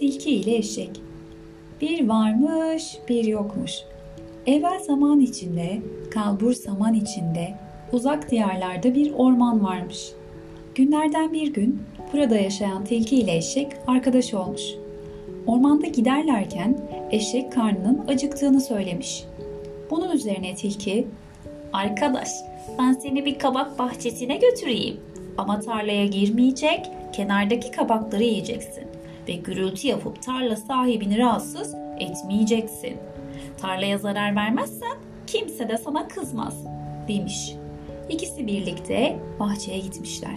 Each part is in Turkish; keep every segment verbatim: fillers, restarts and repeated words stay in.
Tilki ile Eşek. Bir varmış, bir yokmuş. Evvel zaman içinde, kalbur zaman içinde, uzak diyarlarda bir orman varmış. Günlerden bir gün burada yaşayan tilki ile eşek arkadaş olmuş. Ormanda giderlerken eşek karnının acıktığını söylemiş. Bunun üzerine tilki, "Arkadaş, ben seni bir kabak bahçesine götüreyim. Ama tarlaya girmeyecek, kenardaki kabakları yiyeceksin. Ve gürültü yapıp tarla sahibini rahatsız etmeyeceksin. Tarlaya zarar vermezsen kimse de sana kızmaz," demiş. İkisi birlikte bahçeye gitmişler.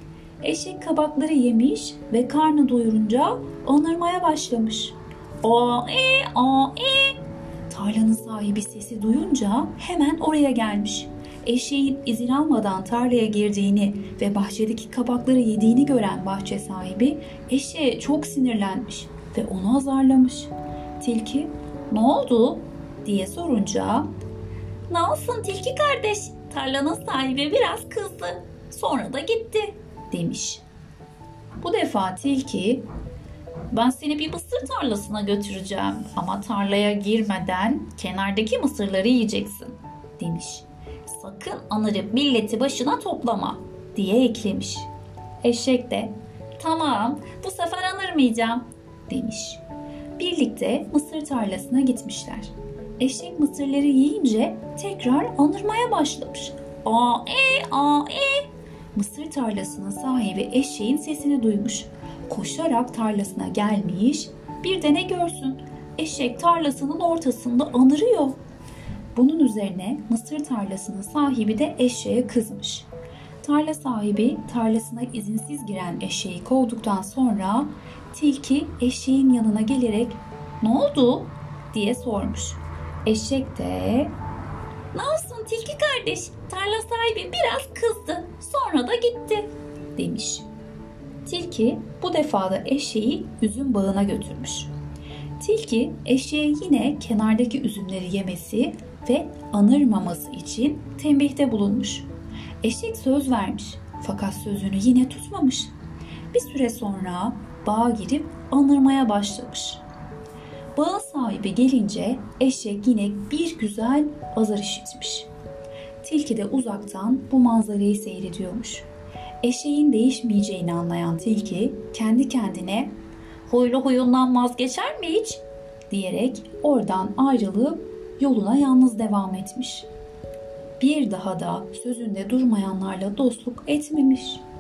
Eşek kabakları yemiş ve karnı doyurunca anırmaya başlamış. "Aa, e, aa, e." Tarlanın sahibi sesi duyunca hemen oraya gelmiş. Eşeğin izin almadan tarlaya girdiğini ve bahçedeki kabakları yediğini gören bahçe sahibi eşeğe çok sinirlenmiş ve onu azarlamış. Tilki, "Ne oldu?" diye sorunca, "Ne olsun tilki kardeş, tarlanın sahibi biraz kızdı, sonra da gitti," demiş. Bu defa tilki, "Ben seni bir mısır tarlasına götüreceğim ama tarlaya girmeden kenardaki mısırları yiyeceksin," demiş. "Sakın anırıp milleti başına toplama," diye eklemiş. Eşek de, "Tamam, bu sefer anırmayacağım," demiş. Birlikte mısır tarlasına gitmişler. Eşek mısırları yiyince tekrar anırmaya başlamış. "Aa, e, aa, e." Mısır tarlasının sahibi eşeğin sesini duymuş. Koşarak tarlasına gelmiş, bir de ne görsün, eşek tarlasının ortasında anırıyor. Bunun üzerine mısır tarlasının sahibi de eşeğe kızmış. Tarla sahibi tarlasına izinsiz giren eşeği kovduktan sonra tilki eşeğin yanına gelerek "Ne oldu?" diye sormuş. Eşek de "Ne olsun tilki kardeş, tarla sahibi biraz kızdı, sonra da gitti," demiş. Tilki bu defa da eşeği üzüm bağına götürmüş. Tilki eşeğe yine kenardaki üzümleri yemesi ve anırmaması için tembihte bulunmuş. Eşek söz vermiş fakat sözünü yine tutmamış. Bir süre sonra bağa girip anırmaya başlamış. Bağın sahibi gelince eşek yine bir güzel azar işitmiş. Tilki de uzaktan bu manzarayı seyrediyormuş. Eşeğin değişmeyeceğini anlayan tilki kendi kendine "Huylu huyundan vazgeçer mi hiç?" diyerek oradan ayrılıp yoluna yalnız devam etmiş. Bir daha da sözünde durmayanlarla dostluk etmemiş.